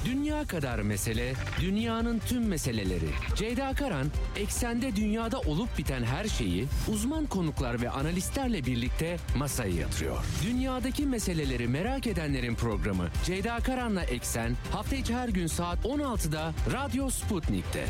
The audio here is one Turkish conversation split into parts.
Dünya kadar mesele, dünyanın tüm meseleleri. Ceyda Karan, eksende dünyada olup biten her şeyi uzman konuklar ve analistlerle birlikte masaya yatırıyor. Dünyadaki meseleleri merak edenlerin programı Ceyda Karan'la Eksen, hafta içi her gün saat 16'da Radyo Sputnik'te.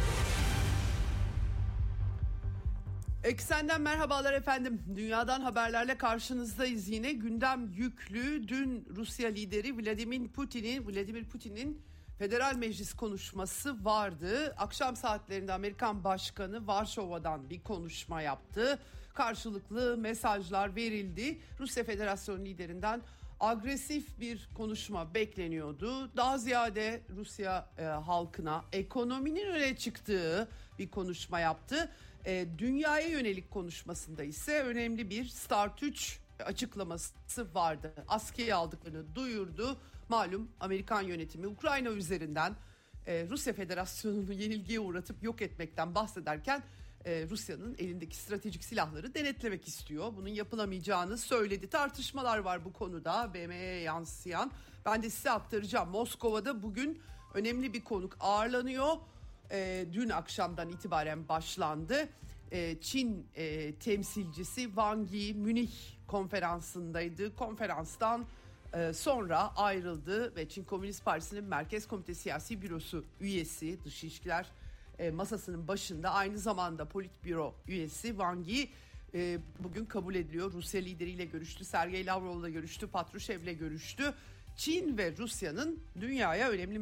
Eksen'den merhabalar efendim. Dünyadan haberlerle karşınızdayız yine. Gündem yüklü. Dün Rusya lideri Vladimir Putin'in Federal Meclis konuşması vardı. Akşam saatlerinde Amerikan Başkanı Varşova'dan bir konuşma yaptı. Karşılıklı mesajlar verildi. Rusya Federasyonu liderinden agresif bir konuşma bekleniyordu. Daha ziyade Rusya halkına ekonominin öne çıktığı bir konuşma yaptı. Dünyaya yönelik konuşmasında ise önemli bir Start 3 açıklaması vardı. Askıya aldıklarını duyurdu. Malum Amerikan yönetimi Ukrayna üzerinden Rusya Federasyonu'nu yenilgiye uğratıp yok etmekten bahsederken Rusya'nın elindeki stratejik silahları denetlemek istiyor. Bunun yapılamayacağını söyledi. Tartışmalar var bu konuda, BM'ye yansıyan. Ben de size aktaracağım. Moskova'da bugün önemli bir konuk ağırlanıyor. Dün akşamdan itibaren başlandı. Çin temsilcisi Wang Yi Münih konferansındaydı. Konferanstan sonra ayrıldı ve Çin Komünist Partisi'nin Merkez Komite Siyasi Bürosu üyesi, Dış İlişkiler masasının başında, aynı zamanda Politbüro üyesi Wang Yi bugün kabul ediliyor. Rusya lideriyle görüştü, Sergey Lavrov'la görüştü, Patrushev'le görüştü. Çin ve Rusya'nın dünyaya önemli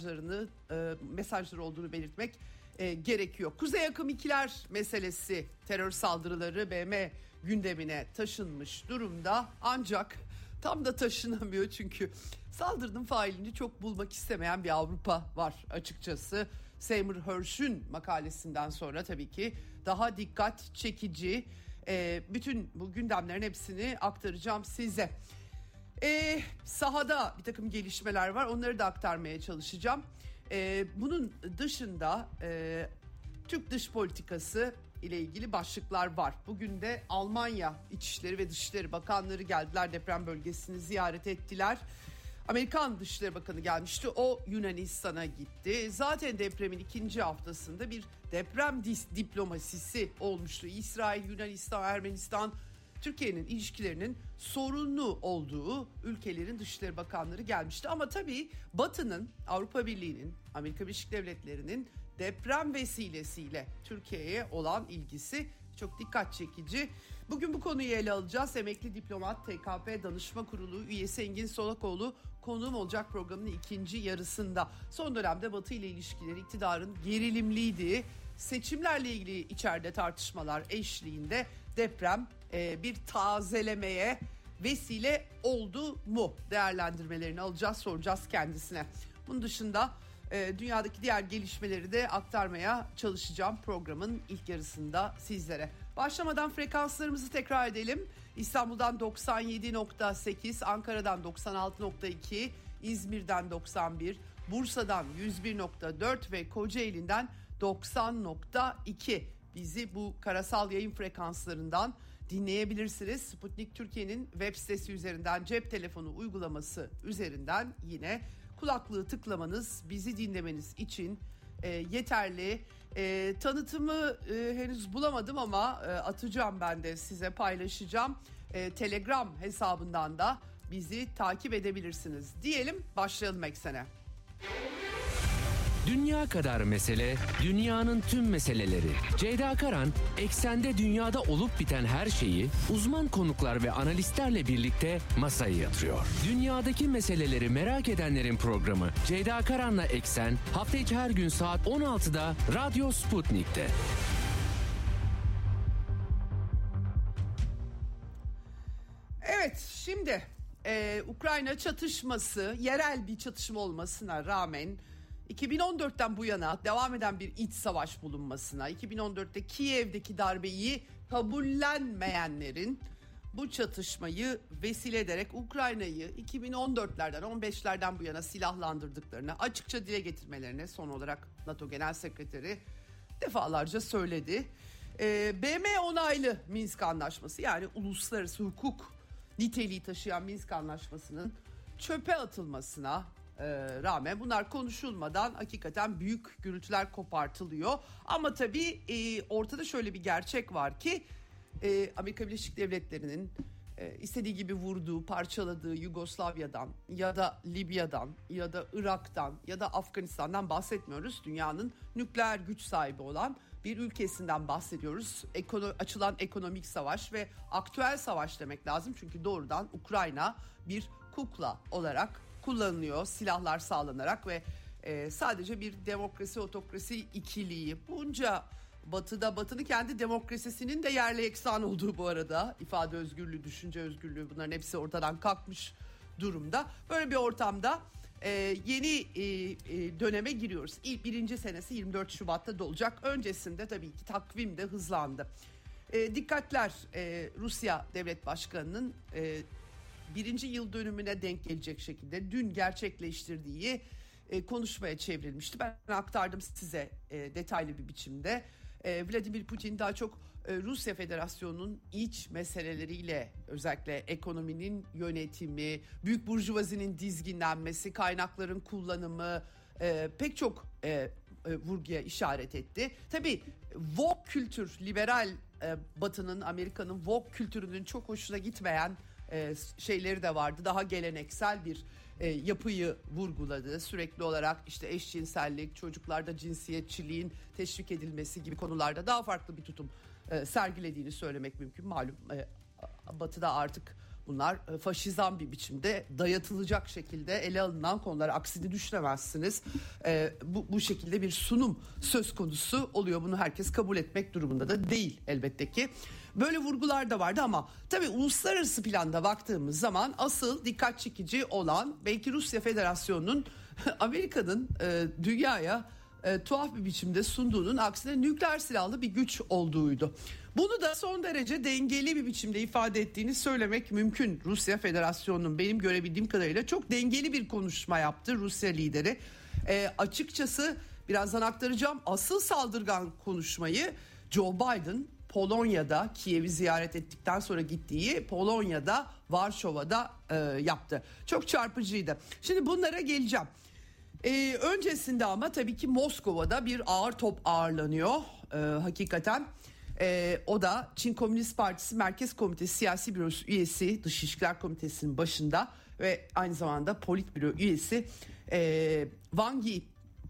mesajları olduğunu belirtmek gerekiyor. Kuzey Akım 2'ler meselesi, terör saldırıları BM gündemine taşınmış durumda. Ancak tam da taşınamıyor çünkü saldırının failini çok bulmak istemeyen bir Avrupa var açıkçası. Seymour Hersh'ün makalesinden sonra tabii ki daha dikkat çekici. Bütün bu gündemlerin hepsini aktaracağım size. Sahada bir takım gelişmeler var, onları da aktarmaya çalışacağım. Bunun dışında Türk dış politikası ile ilgili başlıklar var. Bugün de Almanya İçişleri ve Dışişleri Bakanları geldiler, deprem bölgesini ziyaret ettiler. Amerikan Dışişleri Bakanı gelmişti, o Yunanistan'a gitti. Zaten depremin ikinci haftasında bir deprem diplomasisi olmuştu. İsrail, Yunanistan, Ermenistan, Türkiye'nin ilişkilerinin sorunlu olduğu ülkelerin dışişleri bakanları gelmişti. Ama tabii Batı'nın, Avrupa Birliği'nin, Amerika Birleşik Devletleri'nin deprem vesilesiyle Türkiye'ye olan ilgisi çok dikkat çekici. Bugün bu konuyu ele alacağız. Emekli diplomat, TKP Danışma Kurulu üyesi Engin Solakoğlu konuğum olacak programın ikinci yarısında. Son dönemde Batı ile ilişkileri iktidarın gerilimliydi. Seçimlerle ilgili içeride tartışmalar eşliğinde deprem bir tazelemeye vesile oldu mu? Değerlendirmelerini alacağız, soracağız kendisine. Bunun dışında dünyadaki diğer gelişmeleri de aktarmaya çalışacağım programın ilk yarısında sizlere. Başlamadan frekanslarımızı tekrar edelim. İstanbul'dan 97.8, Ankara'dan 96.2, İzmir'den 91, Bursa'dan 101.4 ve Kocaeli'nden 90.2. Bizi bu karasal yayın frekanslarından dinleyebilirsiniz. Sputnik Türkiye'nin web sitesi üzerinden, cep telefonu uygulaması üzerinden yine kulaklığı tıklamanız bizi dinlemeniz için yeterli. Tanıtımı henüz bulamadım ama atacağım, ben de size paylaşacağım. Telegram hesabından da bizi takip edebilirsiniz. Diyelim, başlayalım Eksen'e. Dünya kadar mesele, dünyanın tüm meseleleri. Ceyda Karan, eksende dünyada olup biten her şeyi uzman konuklar ve analistlerle birlikte masaya yatırıyor. Dünyadaki meseleleri merak edenlerin programı Ceyda Karan'la Eksen, hafta içi her gün saat 16'da Radyo Sputnik'te. Evet, şimdi Ukrayna çatışması yerel bir çatışma olmasına rağmen 2014'ten bu yana devam eden bir iç savaş bulunmasına, 2014'te Kiev'deki darbeyi kabullenmeyenlerin bu çatışmayı vesile ederek Ukrayna'yı 2014'lerden 15'lerden bu yana silahlandırdıklarını açıkça dile getirmelerine son olarak NATO Genel Sekreteri defalarca söyledi. BM onaylı Minsk Anlaşması, yani uluslararası hukuk niteliği taşıyan Minsk Anlaşması'nın çöpe atılmasına rağmen bunlar konuşulmadan hakikaten büyük gürültüler kopartılıyor. Ama tabii ortada şöyle bir gerçek var ki Amerika Birleşik Devletleri'nin istediği gibi vurduğu, parçaladığı Yugoslavya'dan ya da Libya'dan ya da Irak'tan ya da Afganistan'dan bahsetmiyoruz. Dünyanın nükleer güç sahibi olan bir ülkesinden bahsediyoruz. Açılan ekonomik savaş ve aktüel savaş demek lazım. Çünkü doğrudan Ukrayna bir kukla olarak kullanılıyor, silahlar sağlanarak ve sadece bir demokrasi otokrasi ikiliği. Bunca Batı'nın kendi demokrasisinin de yerle yeksan olduğu bu arada, ifade özgürlüğü, düşünce özgürlüğü, bunların hepsi ortadan kalkmış durumda. Böyle bir ortamda yeni döneme giriyoruz. İlk birinci senesi 24 Şubat'ta dolacak. Öncesinde tabii ki takvim de hızlandı. Dikkatler Rusya Devlet Başkanı'nın birinci yıl dönümüne denk gelecek şekilde dün gerçekleştirdiği konuşmaya çevrilmişti. Ben aktardım size detaylı bir biçimde. Vladimir Putin daha çok Rusya Federasyonu'nun iç meseleleriyle, özellikle ekonominin yönetimi, büyük burjuvazinin dizginlenmesi, kaynakların kullanımı, pek çok vurguya işaret etti. Tabii woke kültür, liberal Batı'nın, Amerika'nın woke kültürünün çok hoşuna gitmeyen şeyleri de vardı. Daha geleneksel bir yapıyı vurguladı. Sürekli olarak işte eşcinsellik, çocuklarda cinsiyetçiliğin teşvik edilmesi gibi konularda daha farklı bir tutum sergilediğini söylemek mümkün. Malum Batı'da artık bunlar faşizan bir biçimde dayatılacak şekilde ele alınan konular. Aksini düşünemezsiniz. Bu şekilde bir sunum söz konusu oluyor. Bunu herkes kabul etmek durumunda da değil elbette ki. Böyle vurgular da vardı ama tabii uluslararası planda baktığımız zaman asıl dikkat çekici olan belki Rusya Federasyonu'nun Amerika'nın dünyaya tuhaf bir biçimde sunduğunun aksine nükleer silahlı bir güç olduğuydu. Bunu da son derece dengeli bir biçimde ifade ettiğini söylemek mümkün. Rusya Federasyonu'nun benim görebildiğim kadarıyla çok dengeli bir konuşma yaptı Rusya lideri. Açıkçası birazdan aktaracağım, asıl saldırgan konuşmayı Joe Biden Polonya'da, Kiev'i ziyaret ettikten sonra gittiği Polonya'da, Varşova'da yaptı. Çok çarpıcıydı. Şimdi bunlara geleceğim. Öncesinde ama tabii ki Moskova'da bir ağır top ağırlanıyor hakikaten. O da Çin Komünist Partisi Merkez Komitesi Siyasi Bürosu üyesi, Dış İlişkiler Komitesi'nin başında ve aynı zamanda Politbüro üyesi Wang Yi.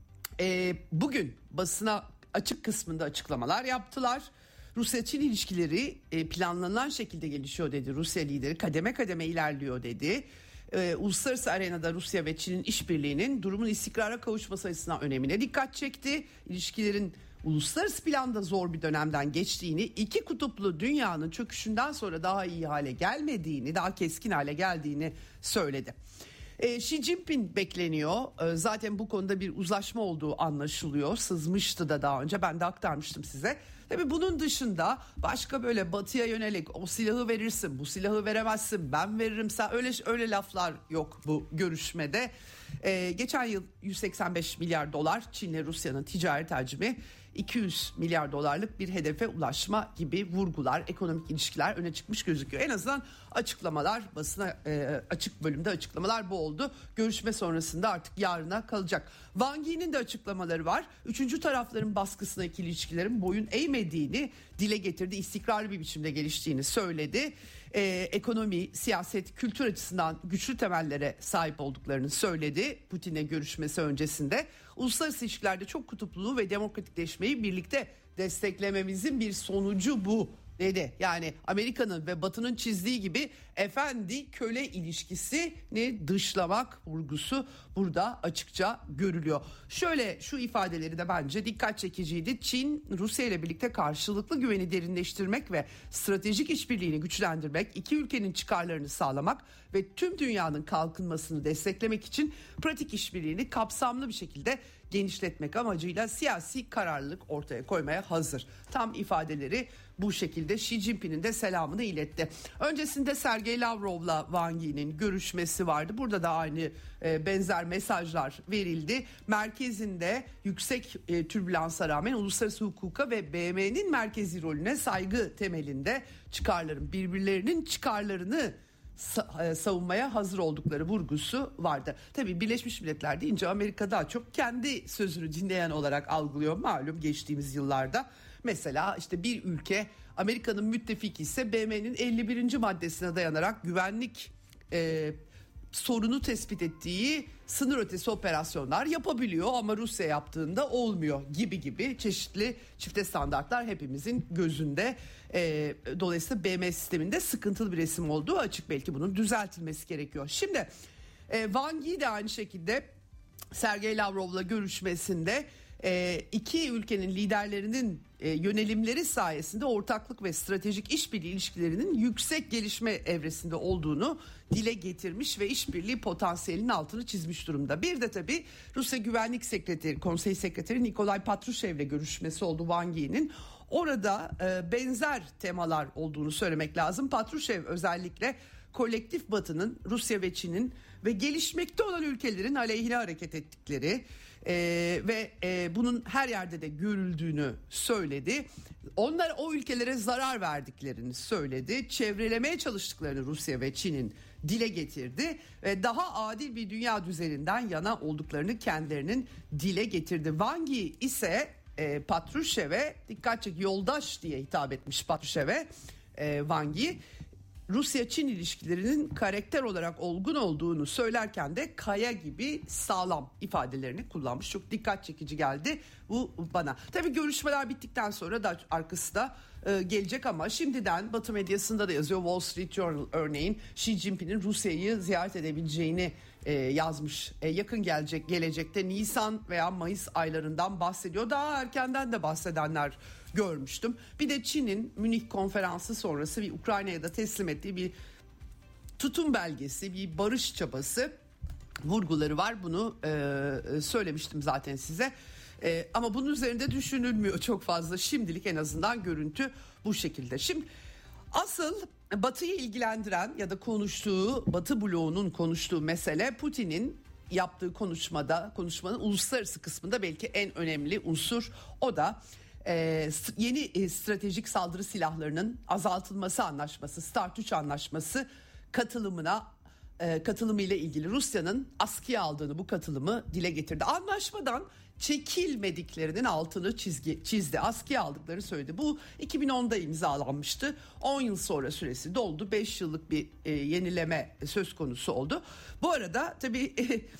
Bugün basına açık kısmında açıklamalar yaptılar. Rusya-Çin ilişkileri planlanan şekilde gelişiyor dedi Rusya lideri. Kademe kademe ilerliyor dedi. Uluslararası arenada Rusya ve Çin'in işbirliğinin durumun istikrara kavuşması açısından önemine dikkat çekti. İlişkilerin uluslararası planda zor bir dönemden geçtiğini, iki kutuplu dünyanın çöküşünden sonra daha iyi hale gelmediğini, daha keskin hale geldiğini söyledi. Xi Jinping bekleniyor. Zaten bu konuda bir uzlaşma olduğu anlaşılıyor. Sızmıştı da daha önce, ben de aktarmıştım size. Tabii bunun dışında başka böyle batıya yönelik o silahı verirsin, bu silahı veremezsin, ben veririm sen, öyle laflar yok bu görüşmede. Geçen yıl 185 milyar dolar Çin'le Rusya'nın ticaret hacmi, 200 milyar dolarlık bir hedefe ulaşma gibi vurgular, ekonomik ilişkiler öne çıkmış gözüküyor. En azından açıklamalar, basına açık bölümde açıklamalar bu oldu. Görüşme sonrasında artık yarına kalacak. Wang Yi'nin de açıklamaları var. Üçüncü tarafların baskısına ikili ilişkilerin boyun eğmediğini dile getirdi. İstikrarlı bir biçimde geliştiğini söyledi. Ekonomi, siyaset, kültür açısından güçlü temellere sahip olduklarını söyledi Putin'le görüşmesi öncesinde. Uluslararası ilişkilerde çok kutupluluğu ve demokratikleşmeyi birlikte desteklememizin bir sonucu bu dedi. Yani Amerika'nın ve Batı'nın çizdiği gibi efendi köle ilişkisini dışlamak vurgusu burada açıkça görülüyor. Şöyle, şu ifadeleri de bence dikkat çekiciydi. Çin, Rusya ile birlikte karşılıklı güveni derinleştirmek ve stratejik işbirliğini güçlendirmek, iki ülkenin çıkarlarını sağlamak ve tüm dünyanın kalkınmasını desteklemek için pratik işbirliğini kapsamlı bir şekilde genişletmek amacıyla siyasi kararlılık ortaya koymaya hazır. Tam ifadeleri bu şekilde. Xi Jinping'in de selamını iletti. Öncesinde Sergey Lavrov'la Wang Yi'nin görüşmesi vardı. Burada da aynı benzer mesajlar verildi. Merkezinde yüksek türbülansa rağmen uluslararası hukuka ve BM'nin merkezi rolüne saygı temelinde birbirlerinin çıkarlarını savunmaya hazır oldukları vurgusu vardı. Tabii Birleşmiş Milletler deyince Amerika daha çok kendi sözünü dinleyen olarak algılıyor malum geçtiğimiz yıllarda. Mesela işte bir ülke Amerika'nın müttefiki ise BM'nin 51. maddesine dayanarak güvenlik sorunu tespit ettiği sınır ötesi operasyonlar yapabiliyor ama Rusya yaptığında olmuyor gibi çeşitli çifte standartlar hepimizin gözünde. Dolayısıyla BM sisteminde sıkıntılı bir resim olduğu açık, belki bunun düzeltilmesi gerekiyor. Şimdi Wang Yi de aynı şekilde Sergey Lavrov'la görüşmesinde iki ülkenin liderlerinin yönelimleri sayesinde ortaklık ve stratejik işbirliği ilişkilerinin yüksek gelişme evresinde olduğunu dile getirmiş ve işbirliği potansiyelinin altını çizmiş durumda. Bir de tabii Rusya Güvenlik Sekreteri, Konsey Sekreteri Nikolay Patrushev'le görüşmesi oldu Wang Yi'nin. Orada benzer temalar olduğunu söylemek lazım. Patrushev özellikle kolektif Batı'nın, Rusya ve Çin'in ve gelişmekte olan ülkelerin aleyhine hareket ettikleri ve bunun her yerde de görüldüğünü söyledi. Onlar o ülkelere zarar verdiklerini söyledi. Çevrelemeye çalıştıklarını Rusya ve Çin'in dile getirdi ve daha adil bir dünya düzeninden yana olduklarını kendilerinin dile getirdi. Wang Yi ise Patrushev'e dikkat çek, yoldaş diye hitap etmiş Patrushev'e Wang Yi. Rusya-Çin ilişkilerinin karakter olarak olgun olduğunu söylerken de kaya gibi sağlam ifadelerini kullanmış. Çok dikkat çekici geldi bu bana. Tabii görüşmeler bittikten sonra da arkası da gelecek ama şimdiden Batı medyasında da yazıyor. Wall Street Journal örneğin Xi Jinping'in Rusya'yı ziyaret edebileceğini yazmış. Yakın gelecekte Nisan veya Mayıs aylarından bahsediyor. Daha erkenden de bahsedenler görmüştüm. Bir de Çin'in Münih konferansı sonrası bir Ukrayna'ya da teslim ettiği bir tutum belgesi, bir barış çabası vurguları var. Bunu söylemiştim zaten size. Ama bunun üzerinde düşünülmüyor çok fazla. Şimdilik en azından görüntü bu şekilde. Şimdi asıl Batı'yı ilgilendiren ya da Batı bloğunun konuştuğu mesele Putin'in yaptığı konuşmanın uluslararası kısmında belki en önemli unsur. O da yeni stratejik saldırı silahlarının azaltılması anlaşması, START 3 anlaşması katılımıyla ilgili Rusya'nın askıya aldığını, bu katılımı dile getirdi. Anlaşmadan çekilmediklerinin altını çizdi. Askıya aldıkları söyledi. Bu 2010'da imzalanmıştı. 10 yıl sonra süresi doldu. 5 yıllık bir yenileme söz konusu oldu. Bu arada tabii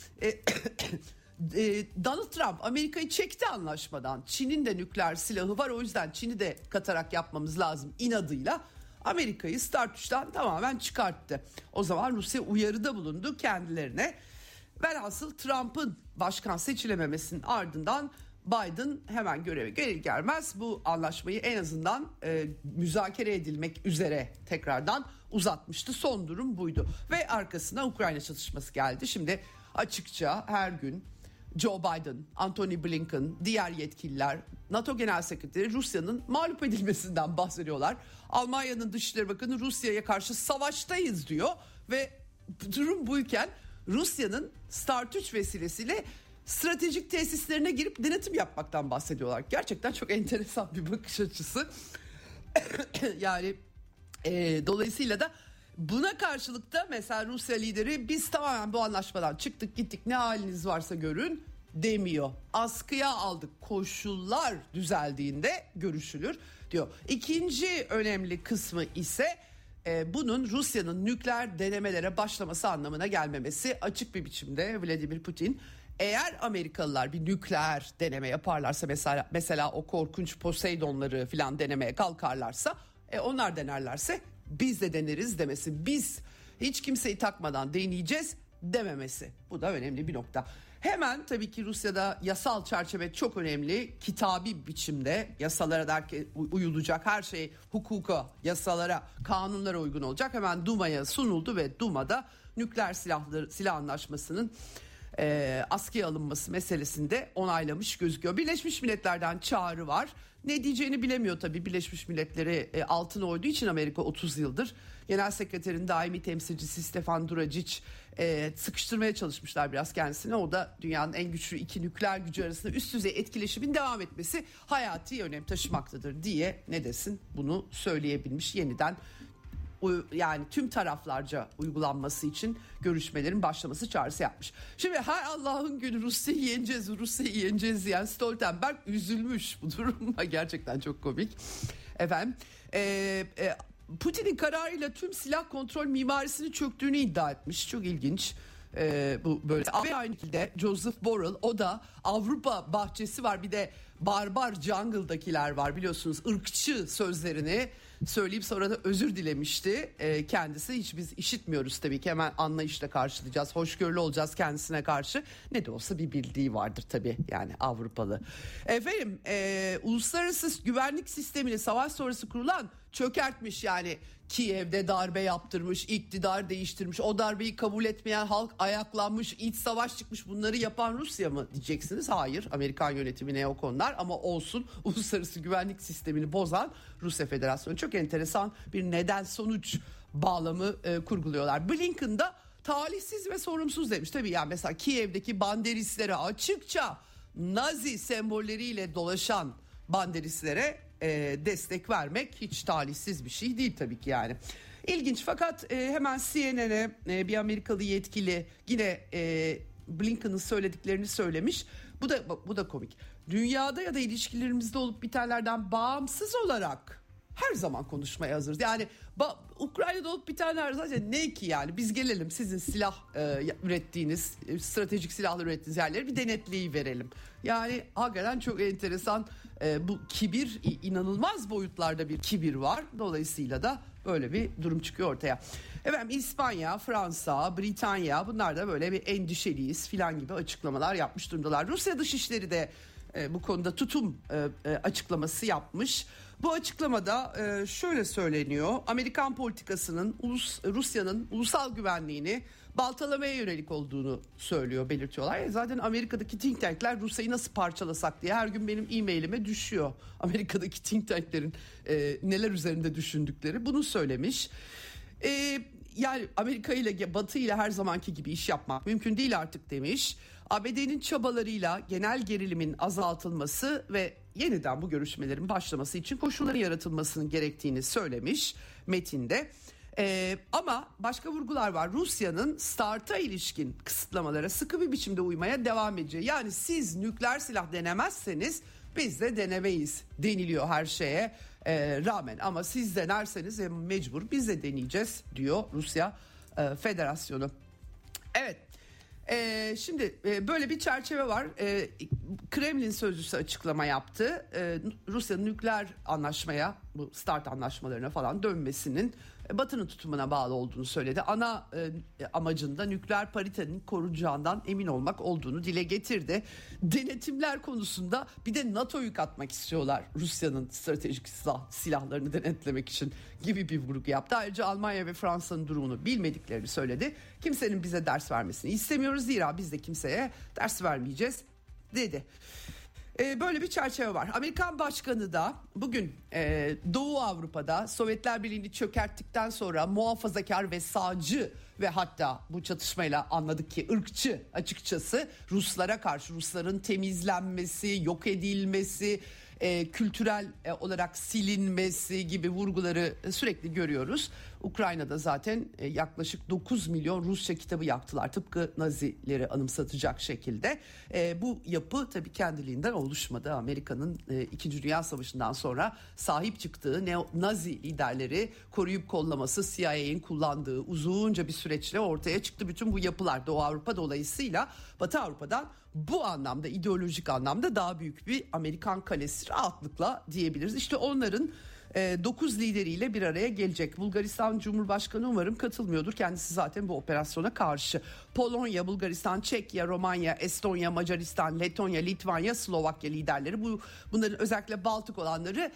Donald Trump Amerika'yı çekti anlaşmadan. Çin'in de nükleer silahı var, o yüzden Çin'i de katarak yapmamız lazım inadıyla. Amerika'yı START 3'ten tamamen çıkarttı. O zaman Rusya uyarıda bulundu kendilerine. Velhasıl Trump'ın başkan seçilememesinin ardından Biden hemen göreve gelir gelmez bu anlaşmayı en azından müzakere edilmek üzere tekrardan uzatmıştı. Son durum buydu ve arkasına Ukrayna çatışması geldi. Şimdi açıkça her gün Joe Biden, Antony Blinken, diğer yetkililer, NATO Genel Sekreteri Rusya'nın mağlup edilmesinden bahsediyorlar. Almanya'nın Dışişleri Bakanı Rusya'ya karşı savaştayız diyor ve durum buyken Rusya'nın START 3 vesilesiyle stratejik tesislerine girip denetim yapmaktan bahsediyorlar. Gerçekten çok enteresan bir bakış açısı. Yani dolayısıyla da buna karşılık da mesela Rusya lideri biz tamamen bu anlaşmadan çıktık gittik ne haliniz varsa görün demiyor. Askıya aldık, koşullar düzeldiğinde görüşülür diyor. İkinci önemli kısmı ise bunun Rusya'nın nükleer denemelere başlaması anlamına gelmemesi. Açık bir biçimde Vladimir Putin eğer Amerikalılar bir nükleer deneme yaparlarsa mesela o korkunç Poseidon'ları falan denemeye kalkarlarsa onlar denerlerse biz de deneriz demesi. Biz hiç kimseyi takmadan deneyeceğiz dememesi. Bu da önemli bir nokta. Hemen tabii ki Rusya'da yasal çerçeve çok önemli. Kitabi biçimde yasalara da uyulacak, her şey hukuka, yasalara, kanunlara uygun olacak. Hemen Duma'ya sunuldu ve Duma'da nükleer silah anlaşmasının askıya alınması meselesinde onaylamış gözüküyor. Birleşmiş Milletler'den çağrı var. Ne diyeceğini bilemiyor tabii. Birleşmiş Milletler'e altına oyduğu için Amerika 30 yıldır. Genel Sekreterin daimi temsilcisi Stefan Dujarric sıkıştırmaya çalışmışlar biraz kendisine. O da dünyanın en güçlü iki nükleer gücü arasında üst düzey etkileşimin devam etmesi hayati önem taşımaktadır diye ne desin bunu söyleyebilmiş, yeniden yani tüm taraflarca uygulanması için görüşmelerin başlaması çağrısı yapmış. Şimdi her Allah'ın günü Rusya'yı yeneceğiz diyen Stoltenberg üzülmüş bu duruma, gerçekten çok komik. Efendim Putin'in kararıyla tüm silah kontrol mimarisinin çöktüğünü iddia etmiş. Çok ilginç. Bu böyle. Ve aynı şekilde Joseph Borrell, o da Avrupa bahçesi var, bir de barbar jungle'dakiler var biliyorsunuz, ırkçı sözlerini söyleyip sonra da özür dilemişti. Kendisi hiç biz işitmiyoruz tabii ki, hemen anlayışla karşılayacağız, hoşgörülü olacağız kendisine karşı, ne de olsa bir bildiği vardır tabii yani Avrupalı. Efendim uluslararası güvenlik sistemini savaş sonrası kurulan çökertmiş, yani Kiev'de darbe yaptırmış, iktidar değiştirmiş, o darbeyi kabul etmeyen halk ayaklanmış, iç savaş çıkmış, bunları yapan Rusya mı diyeceksiniz? Hayır, Amerikan yönetimine o konular, ama olsun, uluslararası güvenlik sistemini bozan Rusya Federasyonu. Çok enteresan bir neden sonuç bağlamı kurguluyorlar. Blinken da talihsiz ve sorumsuz demiş. Tabii yani mesela Kiev'deki banderistlere, açıkça Nazi sembolleriyle dolaşan banderistlere destek vermek hiç talihsiz bir şey değil tabii ki yani. İlginç, fakat hemen CNN'e bir Amerikalı yetkili yine Blinken'ın söylediklerini söylemiş. Bu da komik. Dünyada ya da ilişkilerimizde olup bitenlerden bağımsız olarak her zaman konuşmaya hazırız. Yani Ukrayna'da olup bitenler zaten ne ki yani, biz gelelim sizin silah ürettiğiniz, stratejik silahlar ürettiğiniz yerleri bir denetleyi verelim. Yani hakikaten çok enteresan, bu kibir, inanılmaz boyutlarda bir kibir var. Dolayısıyla da böyle bir durum çıkıyor ortaya. Efendim İspanya, Fransa, Britanya, bunlar da böyle bir endişeliyiz filan gibi açıklamalar yapmış durumdalar. Rusya Dışişleri de bu konuda tutum açıklaması yapmış. Bu açıklamada şöyle söyleniyor: Amerikan politikasının Rusya'nın ulusal güvenliğini baltalamaya yönelik olduğunu belirtiyorlar. Zaten Amerika'daki think tankler Rusya'yı nasıl parçalasak diye her gün benim e-mailime düşüyor. Amerika'daki think tanklerin neler üzerinde düşündükleri, bunu söylemiş. Yani Amerika ile Batı ile her zamanki gibi iş yapmak mümkün değil artık demiş. ABD'nin çabalarıyla genel gerilimin azaltılması ve yeniden bu görüşmelerin başlaması için koşulların yaratılmasının gerektiğini söylemiş metinde. Ama başka vurgular var. Rusya'nın START'a ilişkin kısıtlamalara sıkı bir biçimde uymaya devam edeceği. Yani siz nükleer silah denemezseniz biz de denemeyiz deniliyor her şeye rağmen. Ama siz denerseniz mecbur biz de deneyeceğiz diyor Rusya Federasyonu. Evet. Şimdi böyle bir çerçeve var. Kremlin sözcüsü açıklama yaptı. Rusya'nın nükleer anlaşmaya, bu START anlaşmalarına falan dönmesinin Batı'nın tutumuna bağlı olduğunu söyledi. Ana amacında nükleer paritenin korunacağından emin olmak olduğunu dile getirdi. Denetimler konusunda bir de NATO'yu katmak istiyorlar Rusya'nın stratejik silahlarını denetlemek için gibi bir vurgu yaptı. Ayrıca Almanya ve Fransa'nın durumunu bilmediklerini söyledi. Kimsenin bize ders vermesini istemiyoruz, zira biz de kimseye ders vermeyeceğiz dedi. Böyle bir çerçeve var. Amerikan Başkanı da bugün Doğu Avrupa'da Sovyetler Birliği'ni çökerttikten sonra muhafazakar ve sağcı ve hatta bu çatışmayla anladık ki ırkçı, açıkçası Ruslara karşı, Rusların temizlenmesi, yok edilmesi, kültürel olarak silinmesi gibi vurguları sürekli görüyoruz. Ukrayna'da zaten yaklaşık 9 milyon Rusça kitabı yaktılar, tıpkı Nazileri anımsatacak şekilde. Bu yapı tabii kendiliğinden oluşmadı. Amerika'nın 2. Dünya Savaşı'ndan sonra sahip çıktığı Nazi liderleri koruyup kollaması, CIA'nin kullandığı uzunca bir süreçle ortaya çıktı bütün bu yapılar. Doğu Avrupa dolayısıyla Batı Avrupa'dan bu anlamda, ideolojik anlamda daha büyük bir Amerikan kalesi rahatlıkla diyebiliriz. İşte onların 9 lideriyle bir araya gelecek. Bulgaristan Cumhurbaşkanı umarım katılmıyordur. Kendisi zaten bu operasyona karşı. Polonya, Bulgaristan, Çekya, Romanya, Estonya, Macaristan, Letonya, Litvanya, Slovakya liderleri, bunların özellikle Baltık olanları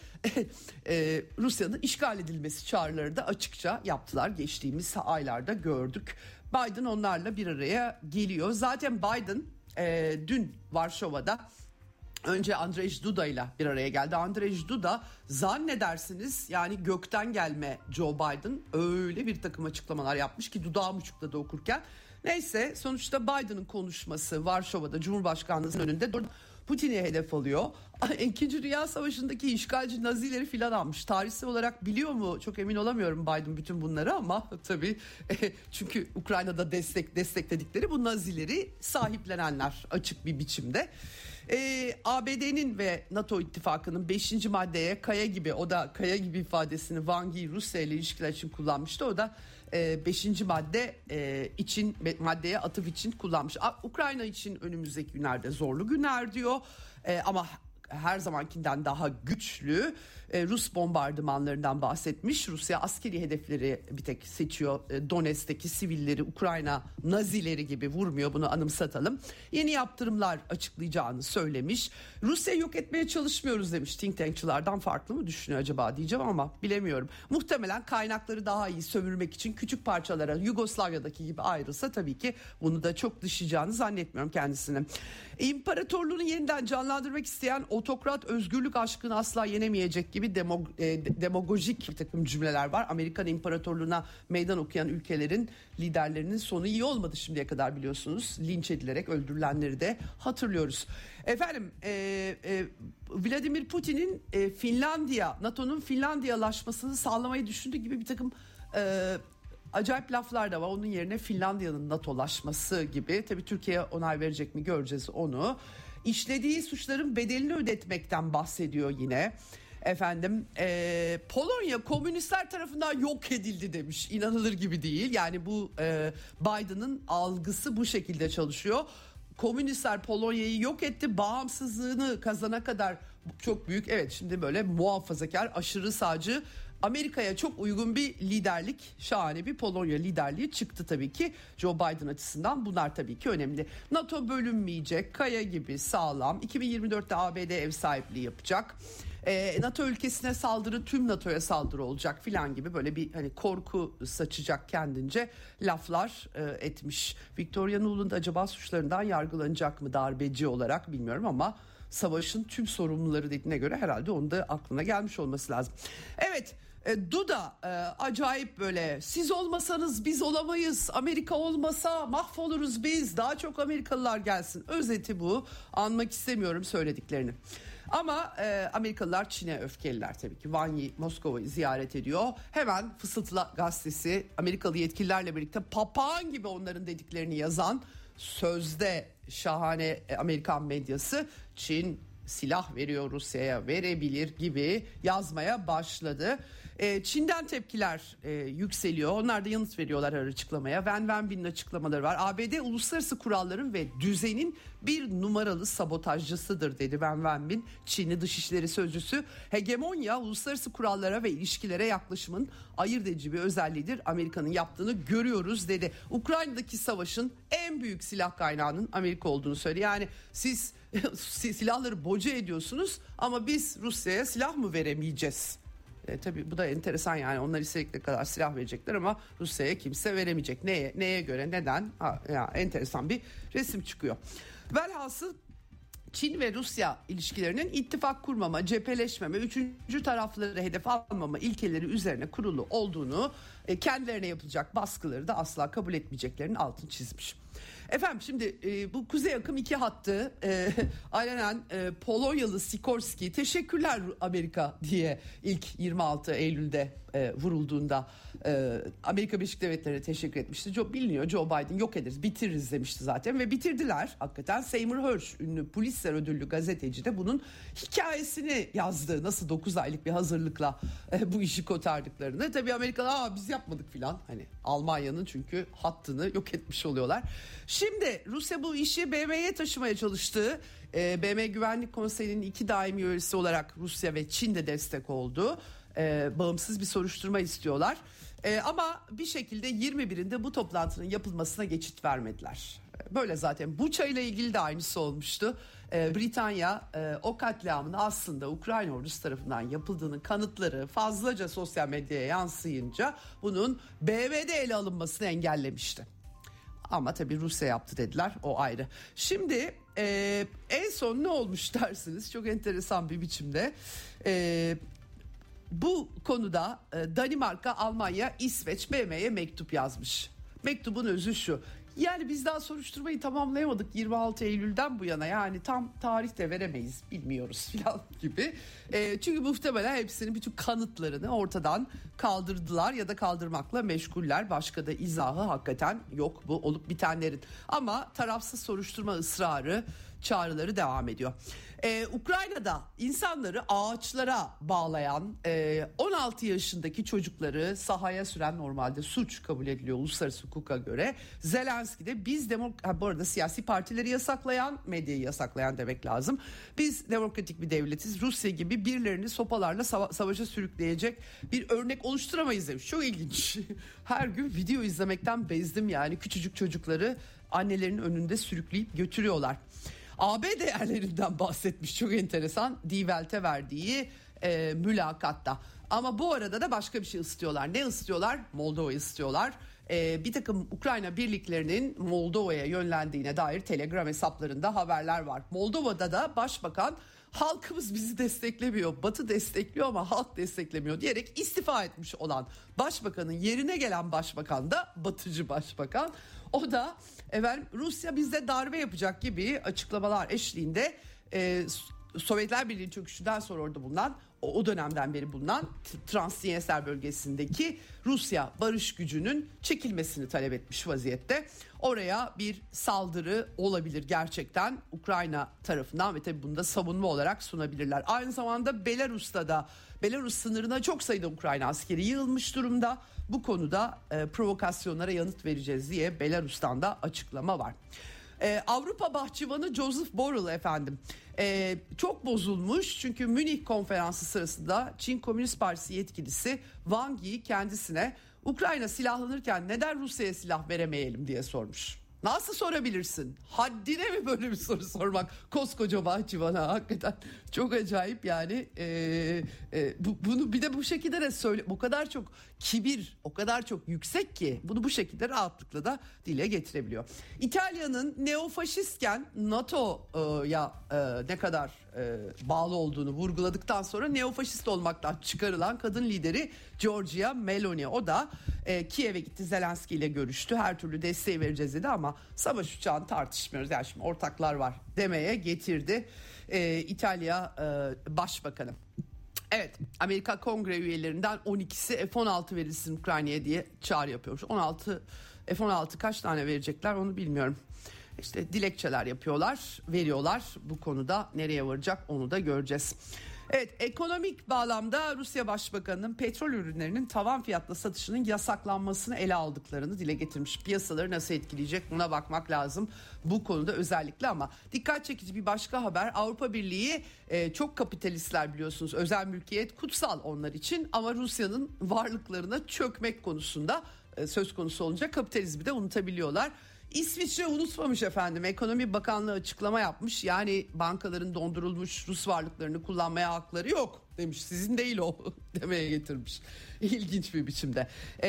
Rusya'nın işgal edilmesi çağrıları da açıkça yaptılar. Geçtiğimiz aylarda gördük. Biden onlarla bir araya geliyor. Zaten Biden dün Varşova'da önce Andrzej Duda ile bir araya geldi. Andrzej Duda zannedersiniz yani gökten gelme Joe Biden, öyle bir takım açıklamalar yapmış ki dudağım uçukladı okurken. Neyse, sonuçta Biden'ın konuşması Varşova'da Cumhurbaşkanlığı'nın önünde Putin'i hedef alıyor. İkinci Dünya Savaşı'ndaki işgalci Nazileri filan almış. Tarihsel olarak biliyor mu? Çok emin olamıyorum Biden bütün bunları ama tabii çünkü Ukrayna'da destekledikleri bu Nazileri sahiplenenler açık bir biçimde. ABD'nin ve NATO ittifakının 5. maddeye kaya gibi, o da kaya gibi ifadesini Wang Yi Rusya ile ilişkiler için kullanmıştı. O da 5. madde için, maddeye atıf için kullanmış. Ukrayna için önümüzdeki günlerde zorlu günler diyor ama her zamankinden daha güçlü Rus bombardımanlarından bahsetmiş. Rusya askeri hedefleri bir tek seçiyor. Donetsk'teki sivilleri Ukrayna Nazileri gibi vurmuyor, bunu anımsatalım. Yeni yaptırımlar açıklayacağını söylemiş. Rusya yok etmeye çalışmıyoruz demiş. Think tankçılardan farklı mı düşünüyor acaba diyeceğim ama bilemiyorum. Muhtemelen kaynakları daha iyi sömürmek için küçük parçalara Yugoslavya'daki gibi ayrılsa tabii ki bunu da çok dışlayacağını zannetmiyorum kendisinin. İmparatorluğunu yeniden canlandırmak isteyen otokrat özgürlük aşkını asla yenemeyecek gibi demagojik bir takım cümleler var. Amerikan İmparatorluğuna meydan okuyan ülkelerin liderlerinin sonu iyi olmadı şimdiye kadar, biliyorsunuz. Linç edilerek öldürülenleri de hatırlıyoruz. Efendim Vladimir Putin'in NATO'nun Finlandiyalaşmasını sağlamayı düşündüğü gibi bir takım acayip laflar da var. Onun yerine Finlandiya'nın NATO'laşması gibi. Tabii Türkiye onay verecek mi göreceğiz onu. İşlediği suçların bedelini ödetmekten bahsediyor yine. Efendim Polonya komünistler tarafından yok edildi demiş. İnanılır gibi değil. Yani bu Biden'ın algısı bu şekilde çalışıyor. Komünistler Polonya'yı yok etti. Bağımsızlığını kazana kadar çok büyük. Evet, şimdi böyle muhafazakar, aşırı sağcı, Amerika'ya çok uygun bir liderlik, şahane bir Polonya liderliği çıktı tabii ki Joe Biden açısından. Bunlar tabii ki önemli. NATO bölünmeyecek, kaya gibi sağlam. 2024'te ABD ev sahipliği yapacak. NATO ülkesine saldırı tüm NATO'ya saldırı olacak filan gibi böyle bir hani korku saçacak kendince laflar etmiş. Victoria Nuland acaba suçlarından yargılanacak mı darbeci olarak bilmiyorum ama savaşın tüm sorumluları dediğine göre herhalde onun da aklına gelmiş olması lazım. Evet, Duda acayip böyle, siz olmasanız biz olamayız, Amerika olmasa mahvoluruz biz, daha çok Amerikalılar gelsin. Özeti bu, anmak istemiyorum söylediklerini. Ama Amerikalılar Çin'e öfkeliler tabii ki. Wang Yi Moskova'yı ziyaret ediyor. Hemen Fısıltı gazetesi Amerikalı yetkililerle birlikte papağan gibi onların dediklerini yazan, sözde şahane Amerikan medyası, Çin silah veriyor Rusya'ya, verebilir gibi yazmaya başladı. Çin'den tepkiler yükseliyor. Onlar da yanıt veriyorlar her açıklamaya. Wen Wenbin'in açıklamaları var. ABD uluslararası kuralların ve düzenin bir numaralı sabotajcısıdır dedi Wen Wenbin, Çinli Dışişleri Sözcüsü. Hegemonya uluslararası kurallara ve ilişkilere yaklaşımın ayırt edici bir özelliğidir. Amerika'nın yaptığını görüyoruz dedi. Ukrayna'daki savaşın en büyük silah kaynağının Amerika olduğunu söyledi. Yani siz silahları boca ediyorsunuz ama biz Rusya'ya silah mı veremeyeceğiz? Tabii bu da enteresan, yani onlar istedikleri kadar silah verecekler ama Rusya'ya kimse veremeyecek. Neye göre, neden? Enteresan bir resim çıkıyor. Velhasıl Çin ve Rusya ilişkilerinin ittifak kurmama, cepheleşmeme, üçüncü tarafları hedef almama ilkeleri üzerine kurulu olduğunu, kendilerine yapılacak baskıları da asla kabul etmeyeceklerinin altını çizmiş. Efendim şimdi bu Kuzey Akım 2 hattı alenen Polonyalı Sikorski teşekkürler Amerika diye ilk 26 Eylül'de vurulduğunda Amerika Birleşik Devletleri'ne teşekkür etmişti. Biliniyor, Joe Biden yok ederiz, bitiririz demişti zaten ve bitirdiler. Hakikaten Seymour Hersh ünlü Pulitzer ödüllü gazeteci de bunun hikayesini yazdı. Nasıl 9 aylık bir hazırlıkla bu işi kotardıklarını. Tabii Amerikalılar biz yapmadık filan. Hani Almanya'nın çünkü hattını yok etmiş oluyorlar. Şimdi Rusya bu işi BM'ye taşımaya çalıştı. BM Güvenlik Konseyi'nin 2 daimi üyesi olarak Rusya ve Çin de destek oldu. Bağımsız bir soruşturma istiyorlar. Ama bir şekilde 21'inde bu toplantının yapılmasına geçit vermediler. Böyle zaten Buça ile ilgili de aynısı olmuştu. Britanya o katliamın aslında Ukrayna ordusu tarafından yapıldığının kanıtları fazlaca sosyal medyaya yansıyınca bunun BM'de ele alınmasını engellemişti. Ama tabii Rusya yaptı dediler, o ayrı. Şimdi en son ne olmuş dersiniz, çok enteresan bir biçimde. Bu konuda Danimarka, Almanya, İsveç BM'ye mektup yazmış. Mektubun özü şu: Yani biz daha soruşturmayı tamamlayamadık 26 Eylül'den bu yana, yani tam tarih de veremeyiz, bilmiyoruz filan gibi. Çünkü muhtemelen hepsinin bütün kanıtlarını ortadan kaldırdılar ya da kaldırmakla meşguller. Başka da izahı hakikaten yok bu olup bitenlerin. Ama tarafsız soruşturma ısrarı, çağrıları devam ediyor. Ukrayna'da insanları ağaçlara bağlayan 16 yaşındaki çocukları sahaya süren, normalde suç kabul ediliyor uluslararası hukuka göre. Zelenski de biz bu arada siyasi partileri yasaklayan, medyayı yasaklayan demek lazım. Biz demokratik bir devletiz. Rusya gibi birilerini sopalarla savaşa sürükleyecek bir örnek oluşturamayız demiş. Çok ilginç. Her gün video izlemekten bezdim yani. Küçücük çocukları annelerinin önünde sürükleyip götürüyorlar. AB değerlerinden bahsetmiş, çok enteresan, Die Welt'e verdiği mülakatta. Ama bu arada da başka bir şey istiyorlar. Ne istiyorlar? Moldova'yı istiyorlar. Bir takım Ukrayna birliklerinin Moldova'ya yönlendiğine dair Telegram hesaplarında haberler var. Moldova'da da başbakan halkımız bizi desteklemiyor, Batı destekliyor ama halk desteklemiyor diyerek istifa etmiş olan başbakanın yerine gelen başbakan da Batıcı başbakan. O da Rusya bizde darbe yapacak gibi açıklamalar eşliğinde Sovyetler Birliği çöküşünden sonra orada bulunan, o dönemden beri bulunan Transnistria bölgesindeki Rusya barış gücünün çekilmesini talep etmiş vaziyette. Oraya bir saldırı olabilir gerçekten Ukrayna tarafından ve tabii bunu da savunma olarak sunabilirler. Aynı zamanda Belarus'ta da, Belarus sınırına çok sayıda Ukrayna askeri yığılmış durumda. Bu konuda provokasyonlara yanıt vereceğiz diye Belarus'tan da açıklama var. Avrupa bahçıvanı Joseph Borrell efendim çok bozulmuş, çünkü Münih konferansı sırasında Çin Komünist Partisi yetkilisi Wang Yi kendisine Ukrayna silahlanırken neden Rusya'ya silah veremeyelim diye sormuş. Nasıl sorabilirsin? Haddine mi böyle bir soru sormak koskoca bahçıvana? Hakikaten çok acayip yani. Bunu bir de bu şekilde de söyle, o kadar çok kibir, o kadar çok yüksek ki bunu bu şekilde rahatlıkla da dile getirebiliyor. İtalya'nın neofaşistken NATO'ya ne kadar bağlı olduğunu vurguladıktan sonra neofaşist olmaktan çıkarılan kadın lideri Giorgia Meloni, o da Kiev'e gitti, Zelenski ile görüştü, her türlü desteği vereceğiz dedi ama savaş uçağını tartışmıyoruz, yani şimdi ortaklar var demeye getirdi İtalya Başbakanı. Evet, Amerika Kongre üyelerinden 12'si F-16 verilsin Ukrayna'ya diye çağrı yapıyormuş. F-16 kaç tane verecekler onu bilmiyorum. İşte dilekçeler yapıyorlar, veriyorlar. Bu konuda nereye varacak onu da göreceğiz. Evet, ekonomik bağlamda Rusya Başbakanı'nın petrol ürünlerinin tavan fiyatla satışının yasaklanmasını ele aldıklarını dile getirmiş. Piyasaları nasıl etkileyecek buna bakmak lazım bu konuda özellikle. Ama dikkat çekici bir başka haber, Avrupa Birliği çok kapitalistler biliyorsunuz, özel mülkiyet kutsal onlar için, ama Rusya'nın varlıklarına çökmek konusunda söz konusu olunca kapitalizmi de unutabiliyorlar. İsviçre unutmamış efendim. Ekonomi Bakanlığı açıklama yapmış. Yani bankaların dondurulmuş Rus varlıklarını kullanmaya hakları yok demiş. Sizin değil o demeye getirmiş. İlginç bir biçimde.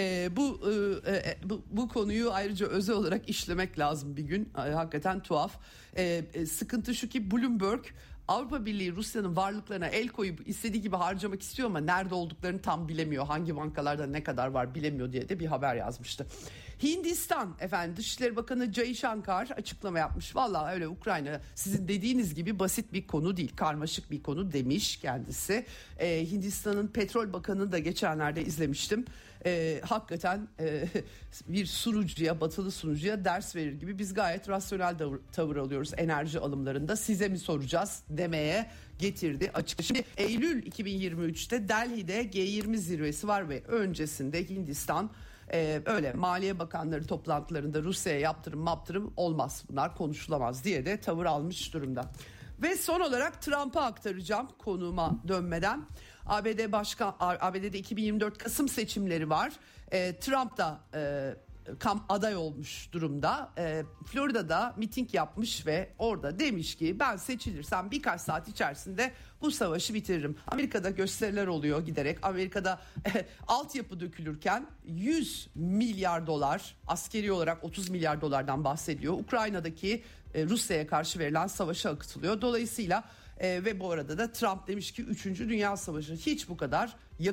Bu konuyu ayrıca özel olarak işlemek lazım bir gün. Hakikaten tuhaf. Sıkıntı şu ki Bloomberg Avrupa Birliği Rusya'nın varlıklarına el koyup istediği gibi harcamak istiyor ama nerede olduklarını tam bilemiyor. Hangi bankalarda ne kadar var bilemiyor diye de bir haber yazmıştı. Hindistan efendim Dışişleri Bakanı Jai Shankar açıklama yapmış. Vallahi öyle Ukrayna sizin dediğiniz gibi basit bir konu değil, karmaşık bir konu demiş kendisi. Hindistan'ın Petrol Bakanı'nı da geçenlerde izlemiştim. Hakikaten bir sunucuya, batılı sunucuya ders verir gibi biz gayet rasyonel tavır alıyoruz enerji alımlarında, size mi soracağız demeye getirdi açık. Şimdi Eylül 2023'te Delhi'de G20 zirvesi var ve öncesinde Hindistan öyle Maliye Bakanları toplantılarında Rusya'ya yaptırım olmaz, bunlar konuşulamaz diye de tavır almış durumda. Ve son olarak Trump'a aktaracağım konuma dönmeden. ABD'de 2024 Kasım seçimleri var. Trump da aday olmuş durumda. Florida'da miting yapmış ve orada demiş ki ben seçilirsem birkaç saat içerisinde bu savaşı bitiririm. Amerika'da gösteriler oluyor giderek. Amerika'da altyapı dökülürken 100 milyar dolar, askeri olarak 30 milyar dolardan bahsediyor. Ukrayna'daki Rusya'ya karşı verilen savaşa akıtılıyor. Dolayısıyla ve bu arada da Trump demiş ki 3. Dünya Savaşı hiç bu kadar yakın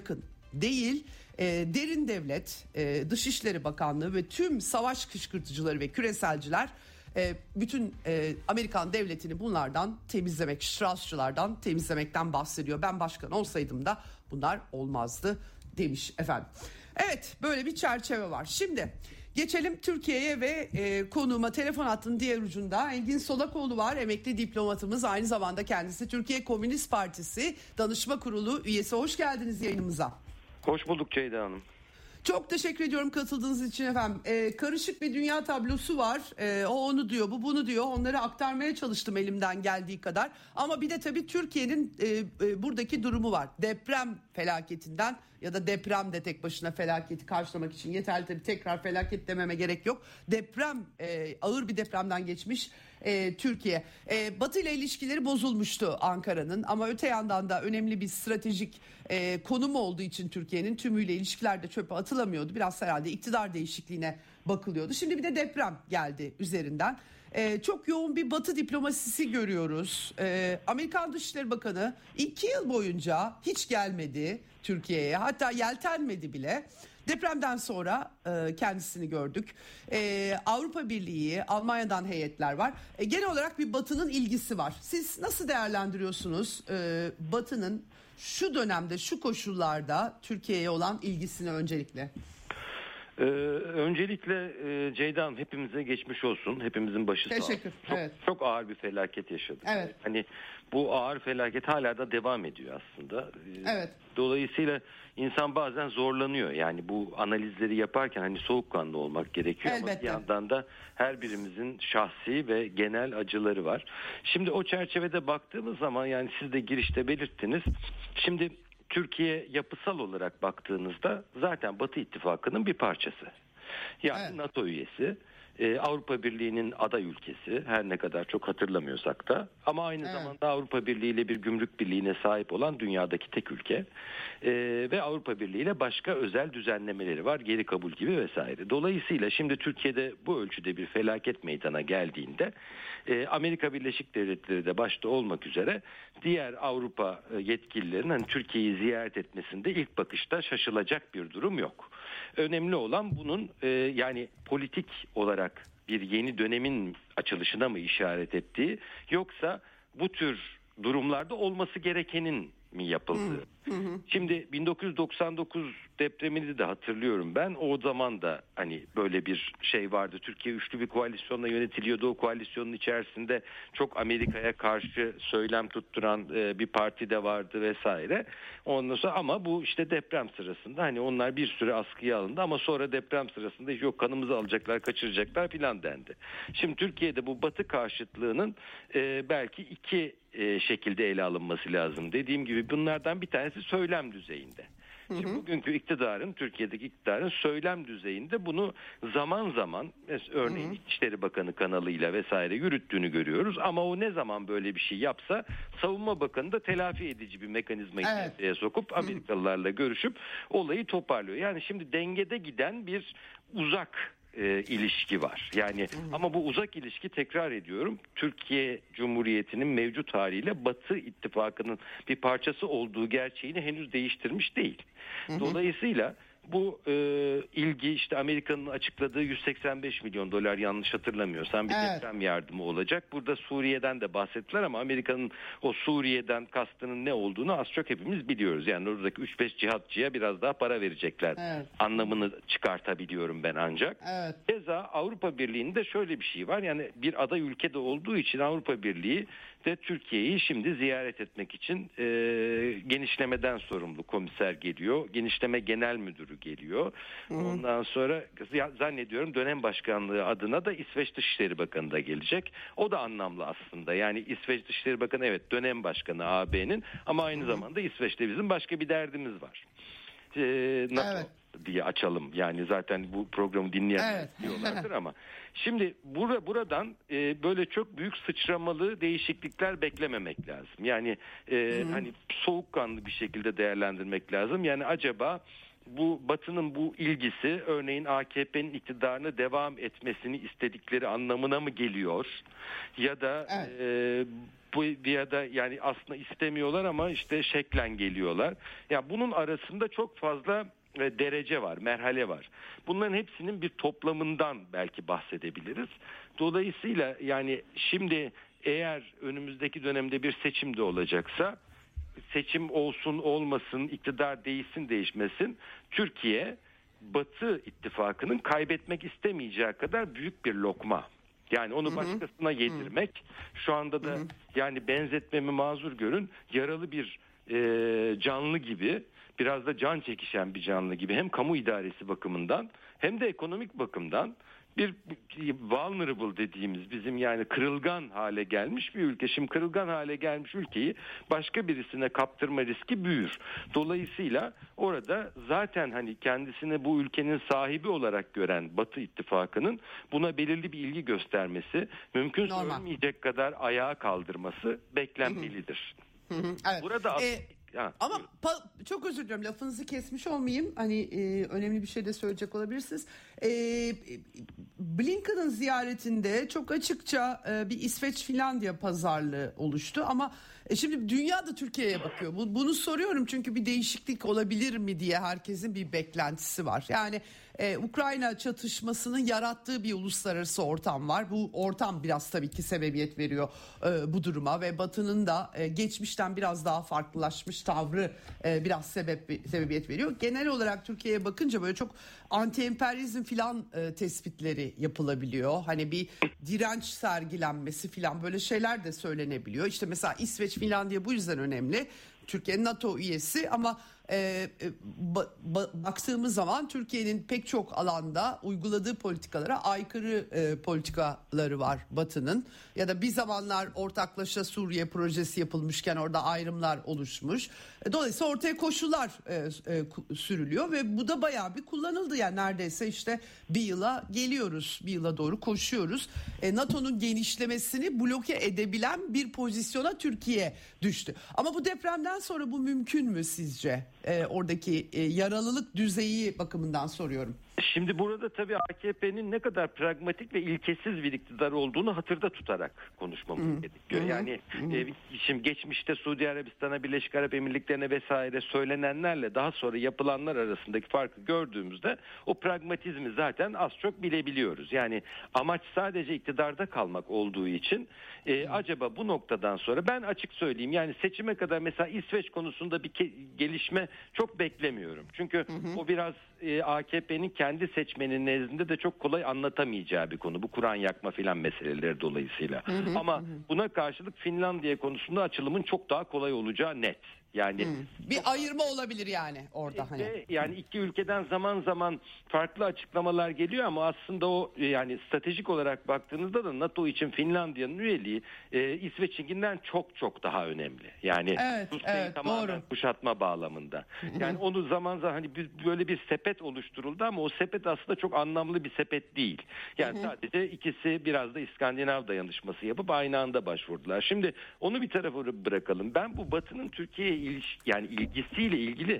değil. Derin devlet, Dışişleri Bakanlığı ve tüm savaş kışkırtıcıları ve küreselciler bütün Amerikan devletini bunlardan temizlemek, Straussçulardan temizlemekten bahsediyor. Ben başkan olsaydım da bunlar olmazdı demiş efendim. Evet, böyle bir çerçeve var. Şimdi geçelim Türkiye'ye ve konuğuma. Telefon hattının diğer ucunda Engin Solakoğlu var. Emekli diplomatımız, aynı zamanda kendisi Türkiye Komünist Partisi Danışma Kurulu üyesi. Hoş geldiniz yayınımıza. Hoş bulduk Ceyda Hanım. Çok teşekkür ediyorum katıldığınız için efendim. Karışık bir dünya tablosu var. O onu diyor, bu bunu diyor. Onları aktarmaya çalıştım elimden geldiği kadar. Ama bir de tabii Türkiye'nin buradaki durumu var. Deprem felaketinden ya da deprem de tek başına felaketi karşılamak için yeterli, tabii tekrar felaket dememe gerek yok. Deprem, ağır bir depremden geçmiş Türkiye. Batı ile ilişkileri bozulmuştu Ankara'nın, ama öte yandan da önemli bir stratejik konumu olduğu için Türkiye'nin tümüyle ilişkiler de çöpe atılamıyordu. Biraz herhalde iktidar değişikliğine bakılıyordu. Şimdi bir de deprem geldi üzerinden. Çok yoğun bir Batı diplomasisi görüyoruz. Amerikan Dışişleri Bakanı 2 yıl boyunca hiç gelmedi Türkiye'ye, hatta yeltenmedi bile. Depremden sonra kendisini gördük. Avrupa Birliği, Almanya'dan heyetler var. Genel olarak bir Batı'nın ilgisi var. Siz nasıl değerlendiriyorsunuz Batı'nın şu dönemde, şu koşullarda Türkiye'ye olan ilgisini öncelikle? Öncelikle Ceyda Hanım, hepimize geçmiş olsun. Hepimizin başı sağ olsun. Çok ağır bir felaket yaşadık. Evet. Hani bu ağır felaket hala da devam ediyor aslında. Evet. Dolayısıyla insan bazen zorlanıyor. Yani bu analizleri yaparken hani soğukkanlı olmak gerekiyor. Elbette. Ama bir yandan da her birimizin şahsi ve genel acıları var. Şimdi o çerçevede baktığımız zaman, yani siz de girişte belirttiniz. Şimdi Türkiye yapısal olarak baktığınızda zaten Batı İttifakı'nın bir parçası. Yani evet. NATO üyesi, Avrupa Birliği'nin aday ülkesi, her ne kadar çok hatırlamıyorsak da, ama aynı zamanda Avrupa Birliği ile bir gümrük birliğine sahip olan dünyadaki tek ülke ve Avrupa Birliği ile başka özel düzenlemeleri var, geri kabul gibi vesaire. Dolayısıyla şimdi Türkiye'de bu ölçüde bir felaket meydana geldiğinde Amerika Birleşik Devletleri de başta olmak üzere diğer Avrupa yetkililerinin hani Türkiye'yi ziyaret etmesinde ilk bakışta şaşılacak bir durum yok. Önemli olan bunun yani politik olarak bir yeni dönemin açılışına mı işaret ettiği, yoksa bu tür durumlarda olması gerekenin mi yapıldığı. Şimdi 1999 depremini de hatırlıyorum ben. O zaman da hani böyle bir şey vardı. Türkiye üçlü bir koalisyonla yönetiliyordu. O koalisyonun içerisinde çok Amerika'ya karşı söylem tutturan bir parti de vardı vesaire. Ondan sonra ama bu işte deprem sırasında hani onlar bir süre askıya alındı, ama sonra deprem sırasında yok kanımızı alacaklar, kaçıracaklar filan dendi. Şimdi Türkiye'de bu Batı karşıtlığının belki iki şekilde ele alınması lazım. Dediğim gibi bunlardan bir tanesi söylem düzeyinde. Şimdi bugünkü iktidarın, Türkiye'deki iktidarın söylem düzeyinde bunu zaman zaman örneğin İçişleri Bakanı kanalıyla vesaire yürüttüğünü görüyoruz. Ama o ne zaman böyle bir şey yapsa Savunma Bakanı da telafi edici bir mekanizmayı devreye sokup Amerikalılarla görüşüp olayı toparlıyor. Yani şimdi dengede giden bir uzak ilişki var. Yani ama bu uzak ilişki, tekrar ediyorum, Türkiye Cumhuriyeti'nin mevcut haliyle Batı İttifakı'nın bir parçası olduğu gerçeğini henüz değiştirmiş değil. Dolayısıyla bu ilgi, işte Amerika'nın açıkladığı 185 milyon dolar, yanlış hatırlamıyorsam bir deprem yardımı olacak. Burada Suriye'den de bahsettiler, ama Amerika'nın o Suriye'den kastının ne olduğunu az çok hepimiz biliyoruz. Yani oradaki 3-5 cihatçıya biraz daha para verecekler anlamını çıkartabiliyorum ben ancak. Keza Avrupa Birliği'nde şöyle bir şey var. Yani bir aday ülkede olduğu için Avrupa Birliği de Türkiye'yi şimdi ziyaret etmek için genişlemeden sorumlu komiser geliyor. Genişleme genel müdürü geliyor. Ondan sonra zannediyorum dönem başkanlığı adına da İsveç Dışişleri Bakanı da gelecek. O da anlamlı aslında. Yani İsveç Dışişleri Bakanı evet dönem başkanı AB'nin, ama aynı zamanda İsveç'te bizim başka bir derdimiz var. NATO diye açalım. Yani zaten bu programı dinleyenler diyorlardır ama şimdi buradan böyle çok büyük sıçramalı değişiklikler beklememek lazım. Yani hani soğukkanlı bir şekilde değerlendirmek lazım. Yani acaba bu Batı'nın bu ilgisi örneğin AKP'nin iktidarına devam etmesini istedikleri anlamına mı geliyor? Ya da bu ya da yani aslında istemiyorlar ama işte şeklen geliyorlar. Ya bunun arasında çok fazla derece var, merhale var. Bunların hepsinin bir toplamından belki bahsedebiliriz. Dolayısıyla yani şimdi eğer önümüzdeki dönemde bir seçim de olacaksa, seçim olsun olmasın, iktidar değişsin değişmesin, Türkiye Batı ittifakının kaybetmek istemeyeceği kadar büyük bir lokma. Yani onu başkasına yedirmek, şu anda da yani benzetmemi mazur görün, yaralı bir canlı gibi, biraz da can çekişen bir canlı gibi, hem kamu idaresi bakımından hem de ekonomik bakımdan bir vulnerable dediğimiz, bizim yani kırılgan hale gelmiş bir ülke. Şimdi kırılgan hale gelmiş ülkeyi başka birisine kaptırma riski büyür. Dolayısıyla orada zaten hani kendisini bu ülkenin sahibi olarak gören Batı ittifakının buna belirli bir ilgi göstermesi, mümkünse ölmeyecek kadar ayağa kaldırması beklenmelidir. Evet. Burada ama çok özür diliyorum, lafınızı kesmiş olmayayım. Hani önemli bir şey de söyleyecek olabilirsiniz. Blinken'ın ziyaretinde çok açıkça bir İsveç-Finlandiya pazarlığı oluştu. Ama şimdi dünya da Türkiye'ye bakıyor. Bunu soruyorum çünkü bir değişiklik olabilir mi diye herkesin bir beklentisi var. Yani Ukrayna çatışmasının yarattığı bir uluslararası ortam var. Bu ortam biraz tabii ki sebebiyet veriyor bu duruma ve Batı'nın da geçmişten biraz daha farklılaşmış tavrı biraz sebebiyet veriyor. Genel olarak Türkiye'ye bakınca böyle çok anti-emperyalizm filan tespitleri yapılabiliyor. Hani bir direnç sergilenmesi filan, böyle şeyler de söylenebiliyor. İşte mesela İsveç, Finlandiya bu yüzden önemli. Türkiye NATO üyesi ama baktığımız zaman Türkiye'nin pek çok alanda uyguladığı politikalara aykırı politikaları var Batı'nın. Ya da bir zamanlar ortaklaşa Suriye projesi yapılmışken orada ayrımlar oluşmuş. Dolayısıyla ortaya koşullar sürülüyor ve bu da bayağı bir kullanıldı. Yani neredeyse işte bir yıla doğru koşuyoruz. NATO'nun genişlemesini bloke edebilen bir pozisyona Türkiye düştü. Ama bu depremden sonra bu mümkün mü sizce? Oradaki yaralılık düzeyi bakımından soruyorum. Şimdi burada tabii AKP'nin ne kadar pragmatik ve ilkesiz bir iktidar olduğunu hatırda tutarak konuşmamız gerekiyor. Yani şimdi geçmişte Suudi Arabistan'a, Birleşik Arap Emirlikleri'ne vesaire söylenenlerle daha sonra yapılanlar arasındaki farkı gördüğümüzde o pragmatizmi zaten az çok bilebiliyoruz. Yani amaç sadece iktidarda kalmak olduğu için acaba bu noktadan sonra, ben açık söyleyeyim, yani seçime kadar mesela İsveç konusunda bir gelişme çok beklemiyorum. Çünkü o biraz AKP'nin kendi seçmenin nezdinde de çok kolay anlatamayacağı bir konu. Bu Kur'an yakma filan meseleleri dolayısıyla. Ama buna karşılık Finlandiya konusunda açılımın çok daha kolay olacağı net. Yani bir ayırma olabilir yani orada hani. Yani iki ülkeden zaman zaman farklı açıklamalar geliyor ama aslında o yani stratejik olarak baktığınızda da NATO için Finlandiya'nın üyeliği İsveç'inkinden çok çok daha önemli. Yani Rusya'yı tamamen kuşatma bağlamında. Yani onu zaman zaman hani böyle bir sepet oluşturuldu ama o sepet aslında çok anlamlı bir sepet değil. Yani sadece ikisi biraz da İskandinav dayanışması yapıp aynı anda başvurdular. Şimdi onu bir tarafa bırakalım. Ben bu Batı'nın Türkiye'ye yani ilgisiyle ilgili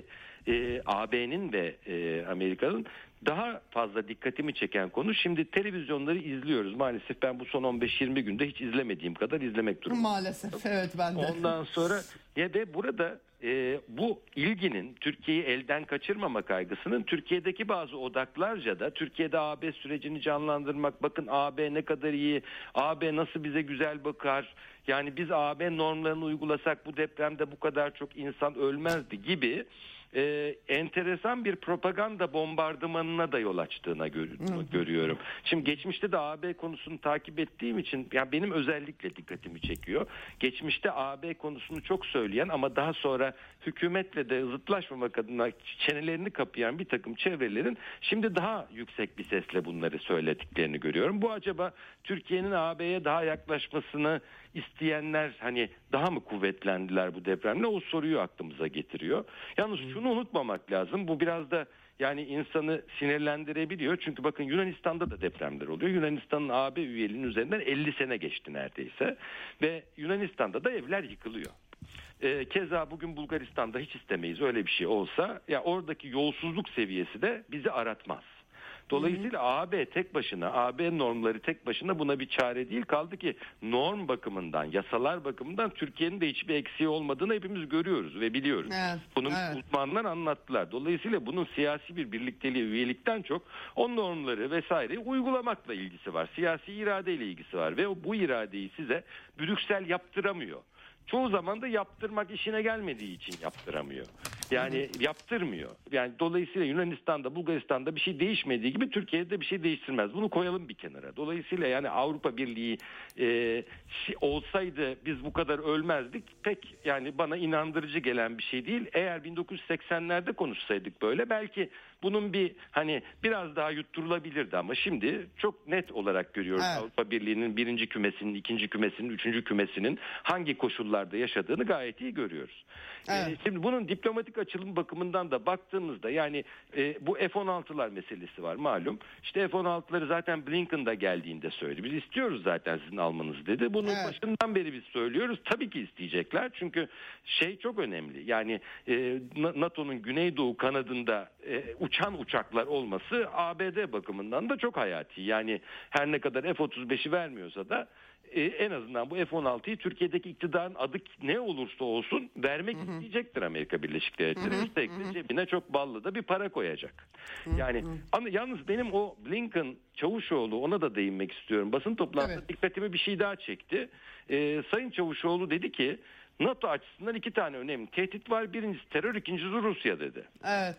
AB'nin ve Amerika'nın daha fazla dikkatimi çeken konu, şimdi televizyonları izliyoruz. Maalesef ben bu son 15-20 günde hiç izlemediğim kadar izlemek durumundayım. Maalesef evet, ben de. Ondan sonra ve burada bu ilginin, Türkiye'yi elden kaçırmama kaygısının Türkiye'deki bazı odaklarca da Türkiye'de AB sürecini canlandırmak, bakın AB ne kadar iyi, AB nasıl bize güzel bakar, yani biz AB normlarını uygulasak bu depremde bu kadar çok insan ölmezdi gibi enteresan bir propaganda bombardımanına da yol açtığına görüyorum. Şimdi geçmişte de AB konusunu takip ettiğim için yani benim özellikle dikkatimi çekiyor. Geçmişte AB konusunu çok söyleyen ama daha sonra hükümetle de zıtlaşmamak adına çenelerini kapayan bir takım çevrelerin şimdi daha yüksek bir sesle bunları söylediklerini görüyorum. Bu acaba Türkiye'nin AB'ye daha yaklaşmasını isteyenler hani daha mı kuvvetlendiler bu depremle, o soruyu aklımıza getiriyor. Yalnız şunu unutmamak lazım, bu biraz da yani insanı sinirlendirebiliyor. Çünkü bakın Yunanistan'da da depremler oluyor. Yunanistan'ın AB üyeliğinin üzerinden 50 sene geçti neredeyse ve Yunanistan'da da evler yıkılıyor. Keza bugün Bulgaristan'da hiç istemeyiz öyle bir şey olsa. Ya oradaki yolsuzluk seviyesi de bizi aratmaz. Dolayısıyla AB tek başına, AB normları tek başına buna bir çare değil. Kaldı ki norm bakımından, yasalar bakımından Türkiye'nin de hiçbir eksiği olmadığını hepimiz görüyoruz ve biliyoruz. Evet, Bunun uzmanlar anlattılar. Dolayısıyla bunun siyasi bir birlikteliğe, üyelikten çok o normları vesaireyi uygulamakla ilgisi var. Siyasi iradeyle ilgisi var ve bu iradeyi size Brüksel yaptıramıyor. Çoğu zaman da yaptırmak işine gelmediği için yaptıramıyor. Yani yaptırmıyor. Yani dolayısıyla Yunanistan'da, Bulgaristan'da bir şey değişmediği gibi Türkiye'de bir şey değiştirmez. Bunu koyalım bir kenara. Dolayısıyla yani Avrupa Birliği olsaydı biz bu kadar ölmezdik. Pek yani bana inandırıcı gelen bir şey değil. Eğer 1980'lerde konuşsaydık böyle belki bunun bir hani biraz daha yutturulabilirdi ama şimdi çok net olarak görüyoruz Avrupa Birliği'nin birinci kümesinin, ikinci kümesinin, üçüncü kümesinin hangi koşullarda yaşadığını gayet iyi görüyoruz. Şimdi bunun diplomatik açılım bakımından da baktığımızda yani bu F-16'lar meselesi var malum. İşte F-16'ları zaten Blinken da geldiğinde söyledi. Biz istiyoruz zaten sizin almanızı dedi. Bunu başından beri biz söylüyoruz. Tabii ki isteyecekler. Çünkü şey çok önemli. Yani NATO'nun Güneydoğu kanadında uçan uçaklar olması ABD bakımından da çok hayati. Yani her ne kadar F-35'i vermiyorsa da en azından bu F-16'yı Türkiye'deki iktidarın adı ne olursa olsun vermek isteyecektir Amerika Birleşik Devletleri. Üstelik de cebine çok ballı da bir para koyacak. Yani ama yalnız benim o Blinken Çavuşoğlu ona da değinmek istiyorum. Basın toplantısında dikkatimi bir şey daha çekti. Sayın Çavuşoğlu dedi ki NATO açısından iki tane önemli tehdit var. Birincisi terör, ikincisi Rusya dedi. Evet.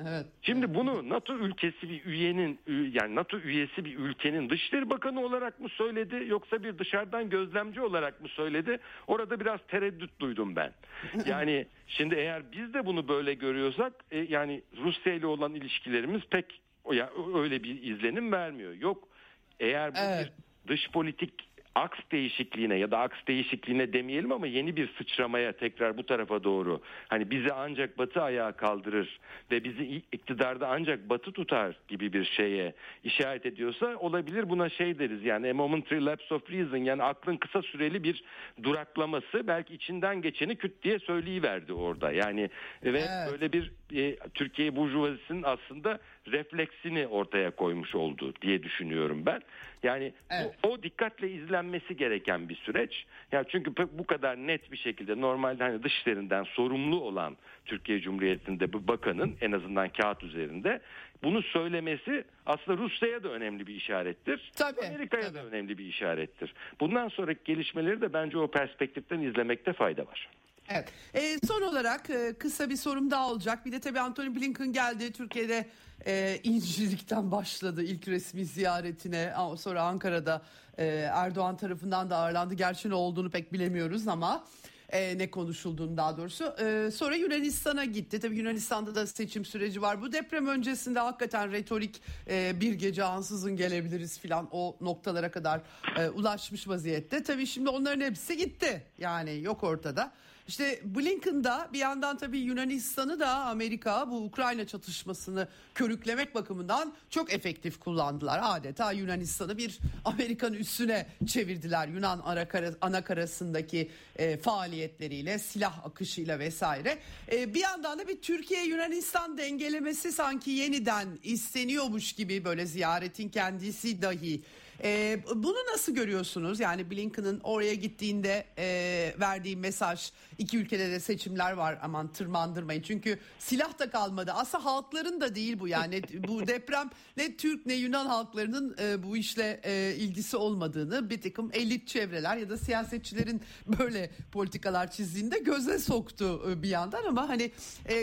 Şimdi bunu NATO ülkesi bir üyenin yani NATO üyesi bir ülkenin Dışişleri Bakanı olarak mı söyledi yoksa bir dışarıdan gözlemci olarak mı söyledi? Orada biraz tereddüt duydum ben. Yani şimdi eğer biz de bunu böyle görüyorsak yani Rusya ile olan ilişkilerimiz pek öyle bir izlenim vermiyor. Yok eğer bu bir dış politik aks değişikliğine ya da aks değişikliğine demeyelim ama yeni bir sıçramaya tekrar bu tarafa doğru hani bizi ancak Batı ayağa kaldırır ve bizi iktidarda ancak Batı tutar gibi bir şeye işaret ediyorsa olabilir, buna şey deriz yani a momentary lapse of reason, yani aklın kısa süreli bir duraklaması, belki içinden geçeni küt diye söyleyiverdi orada yani ve böyle bir Türkiye burjuvazisinin aslında refleksini ortaya koymuş oldu diye düşünüyorum ben. Yani o dikkatle izlenmesi gereken bir süreç. Yani çünkü bu kadar net bir şekilde normalde hani dışişlerinden sorumlu olan Türkiye Cumhuriyeti'nde bu bakanın en azından kağıt üzerinde bunu söylemesi aslında Rusya'ya da önemli bir işarettir. Amerika'ya da önemli bir işarettir. Bundan sonraki gelişmeleri de bence o perspektiften izlemekte fayda var. Evet. Son olarak kısa bir sorum daha olacak. Bir de tabii Antony Blinken geldi Türkiye'de. İncirlik'ten başladı ilk resmi ziyaretine, sonra Ankara'da Erdoğan tarafından da ağırlandı. Gerçi ne olduğunu pek bilemiyoruz ama ne konuşulduğunu daha doğrusu. Sonra Yunanistan'a gitti. Tabii Yunanistan'da da seçim süreci var. Bu deprem öncesinde hakikaten retorik bir gece ansızın gelebiliriz filan o noktalara kadar ulaşmış vaziyette. Tabii şimdi onların hepsi gitti. Yani yok ortada. İşte Blinken'da bir yandan tabii Yunanistan'ı da Amerika bu Ukrayna çatışmasını körüklemek bakımından çok efektif kullandılar. Adeta Yunanistan'ı bir Amerikan üssüne çevirdiler. Yunan anakarasındaki faaliyetleriyle, silah akışıyla vesaire. Bir yandan da bir Türkiye-Yunanistan dengelemesi sanki yeniden isteniyormuş gibi, böyle ziyaretin kendisi dahi. Bunu nasıl görüyorsunuz? Yani Blinken'ın oraya gittiğinde verdiği mesaj, iki ülkede de seçimler var, aman tırmandırmayın. Çünkü silah da kalmadı. Aslında halkların da değil bu yani. Bu deprem ne Türk ne Yunan halklarının bu işle ilgisi olmadığını bir takım elit çevreler ya da siyasetçilerin böyle politikalar çizdiğinde göze soktu bir yandan. Ama hani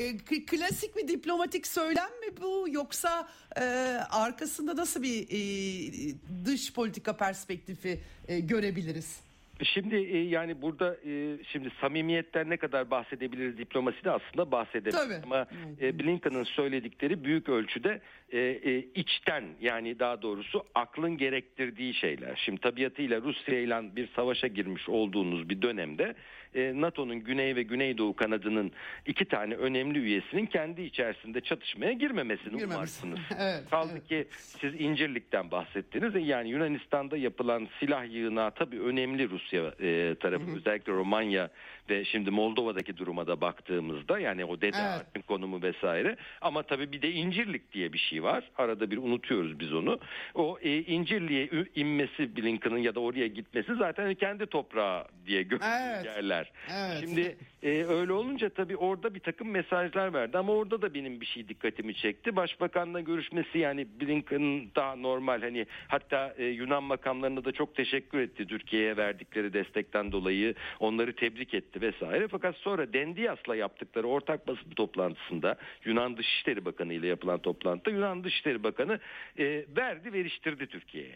klasik bir diplomatik söylem mi bu, yoksa arkasında nasıl bir dış politika perspektifi görebiliriz? Şimdi yani burada şimdi samimiyetten ne kadar bahsedebiliriz, diplomasi de aslında bahsedebiliriz. Ama Blinken'ın söyledikleri büyük ölçüde içten, yani daha doğrusu aklın gerektirdiği şeyler. Şimdi tabiatıyla Rusya ile bir savaşa girmiş olduğunuz bir dönemde NATO'nun Güney ve Güneydoğu kanadının iki tane önemli üyesinin kendi içerisinde çatışmaya girmemesini umarsınız. Kaldı ki siz İncirlik'ten bahsettiniz. Yani Yunanistan'da yapılan silah yığınağı tabii önemli Rus Rusya tarafı, özellikle Romanya ve şimdi Moldova'daki duruma da baktığımızda, yani o Dede Ağaç'ın konumu vesaire. Ama tabii bir de İncirlik diye bir şey var. Arada bir unutuyoruz biz onu. O İncirli'ye inmesi Blinken'ın ya da oraya gitmesi zaten kendi toprağı diye yerler. Evet. Şimdi öyle olunca tabii orada bir takım mesajlar verdi ama orada da benim bir şey dikkatimi çekti. Başbakanla görüşmesi, yani Blinken'ın daha normal, hani hatta Yunan makamlarına da çok teşekkür etti Türkiye'ye verdikleri destekten dolayı, onları tebrik etti vesaire. Fakat sonra Dendias'la yaptıkları ortak basın toplantısında, Yunan Dışişleri Bakanı ile yapılan toplantıda, Yunan Dışişleri Bakanı veriştirdi Türkiye'ye.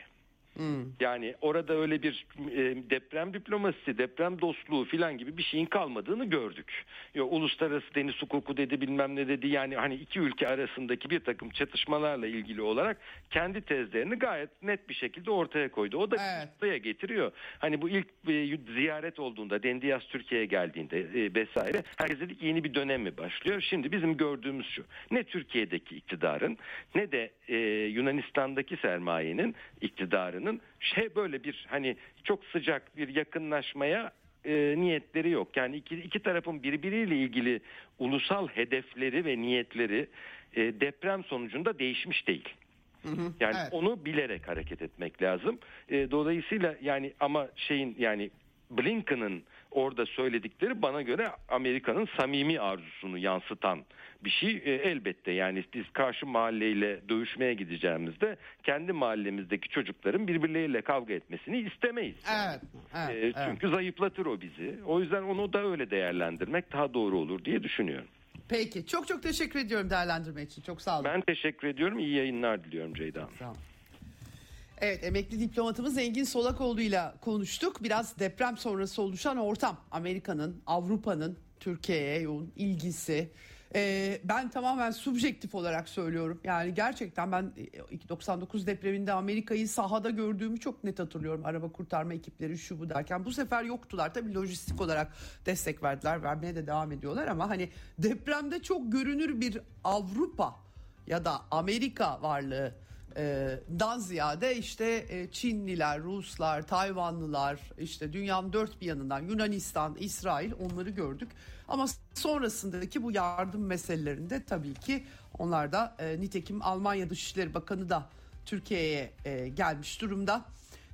Yani orada öyle bir deprem diplomasisi, deprem dostluğu filan gibi bir şeyin kalmadığını gördük. Uluslararası deniz hukuku dedi, bilmem ne dedi. Yani hani iki ülke arasındaki bir takım çatışmalarla ilgili olarak kendi tezlerini gayet net bir şekilde ortaya koydu. O da ortaya getiriyor. Hani bu ilk ziyaret olduğunda, Dendias Türkiye'ye geldiğinde vesaire, herkes dedik yeni bir dönem mi başlıyor? Şimdi bizim gördüğümüz şu: ne Türkiye'deki iktidarın ne de Yunanistan'daki sermayenin iktidarının böyle bir hani çok sıcak bir yakınlaşmaya niyetleri yok. Yani iki tarafın birbiriyle ilgili ulusal hedefleri ve niyetleri deprem sonucunda değişmiş değil. Yani onu bilerek hareket etmek lazım. Dolayısıyla yani ama yani Blinken'ın orada söyledikleri bana göre Amerika'nın samimi arzusunu yansıtan bir şey. Elbette yani biz karşı mahalleyle dövüşmeye gideceğimizde kendi mahallemizdeki çocukların birbirleriyle kavga etmesini istemeyiz. Çünkü zayıflatır o bizi. O yüzden onu da öyle değerlendirmek daha doğru olur diye düşünüyorum. Peki. Çok çok teşekkür ediyorum değerlendirme için. Çok sağ olun. Ben teşekkür ediyorum. İyi yayınlar diliyorum Ceyda Hanım. Sağ olun. Evet, emekli diplomatımız Engin Solakoğlu'yla konuştuk. Biraz deprem sonrası oluşan ortam, Amerika'nın, Avrupa'nın Türkiye'ye yoğun ilgisi. Ben tamamen subjektif olarak söylüyorum. Yani gerçekten ben 99 depreminde Amerika'yı sahada gördüğümü çok net hatırlıyorum. Araba kurtarma ekipleri şu bu derken, bu sefer yoktular. Tabii lojistik olarak destek verdiler, vermeye de devam ediyorlar ama hani depremde çok görünür bir Avrupa ya da Amerika varlığı dan ziyade işte Çinliler, Ruslar, Tayvanlılar, işte dünyanın dört bir yanından Yunanistan, İsrail, onları gördük. Ama sonrasındaki bu yardım meselelerinde tabii ki onlar da nitekim Almanya Dışişleri Bakanı da Türkiye'ye gelmiş durumda.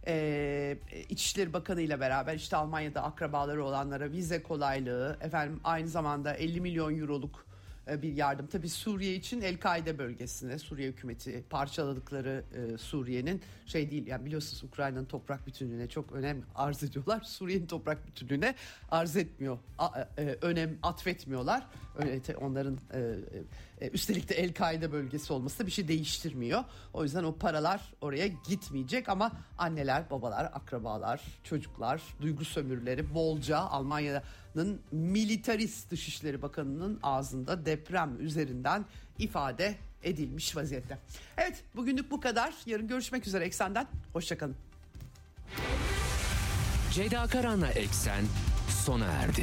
İçişleri Bakanı ile beraber işte Almanya'da akrabaları olanlara vize kolaylığı, aynı zamanda 50 milyon euroluk bir yardım. Tabii Suriye için El-Kaide bölgesine, Suriye hükümeti parçaladıkları Suriye'nin değil, yani biliyorsunuz Ukrayna'nın toprak bütünlüğüne çok önem arz ediyorlar. Suriye'nin toprak bütünlüğüne arz etmiyor. Önem atfetmiyorlar. Onların üstelik de El-Kaide bölgesi olması da bir şey değiştirmiyor. O yüzden o paralar oraya gitmeyecek ama anneler, babalar, akrabalar, çocuklar, duygu sömürüleri bolca. Almanya'nın militarist Dışişleri Bakanı'nın ağzında deprem üzerinden ifade edilmiş vaziyette. Evet, bugünlük bu kadar. Yarın görüşmek üzere Eksen'den. Hoşçakalın. Ceyda Karan'la Eksen sona erdi.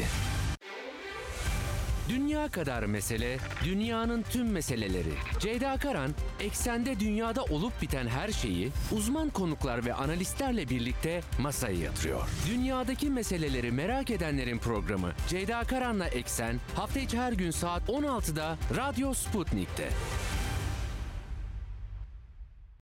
Dünya kadar mesele, dünyanın tüm meseleleri. Ceyda Karan, Eksen'de dünyada olup biten her şeyi uzman konuklar ve analistlerle birlikte masaya yatırıyor. Dünyadaki meseleleri merak edenlerin programı Ceyda Karan'la Eksen, hafta içi her gün saat 16'da Radyo Sputnik'te.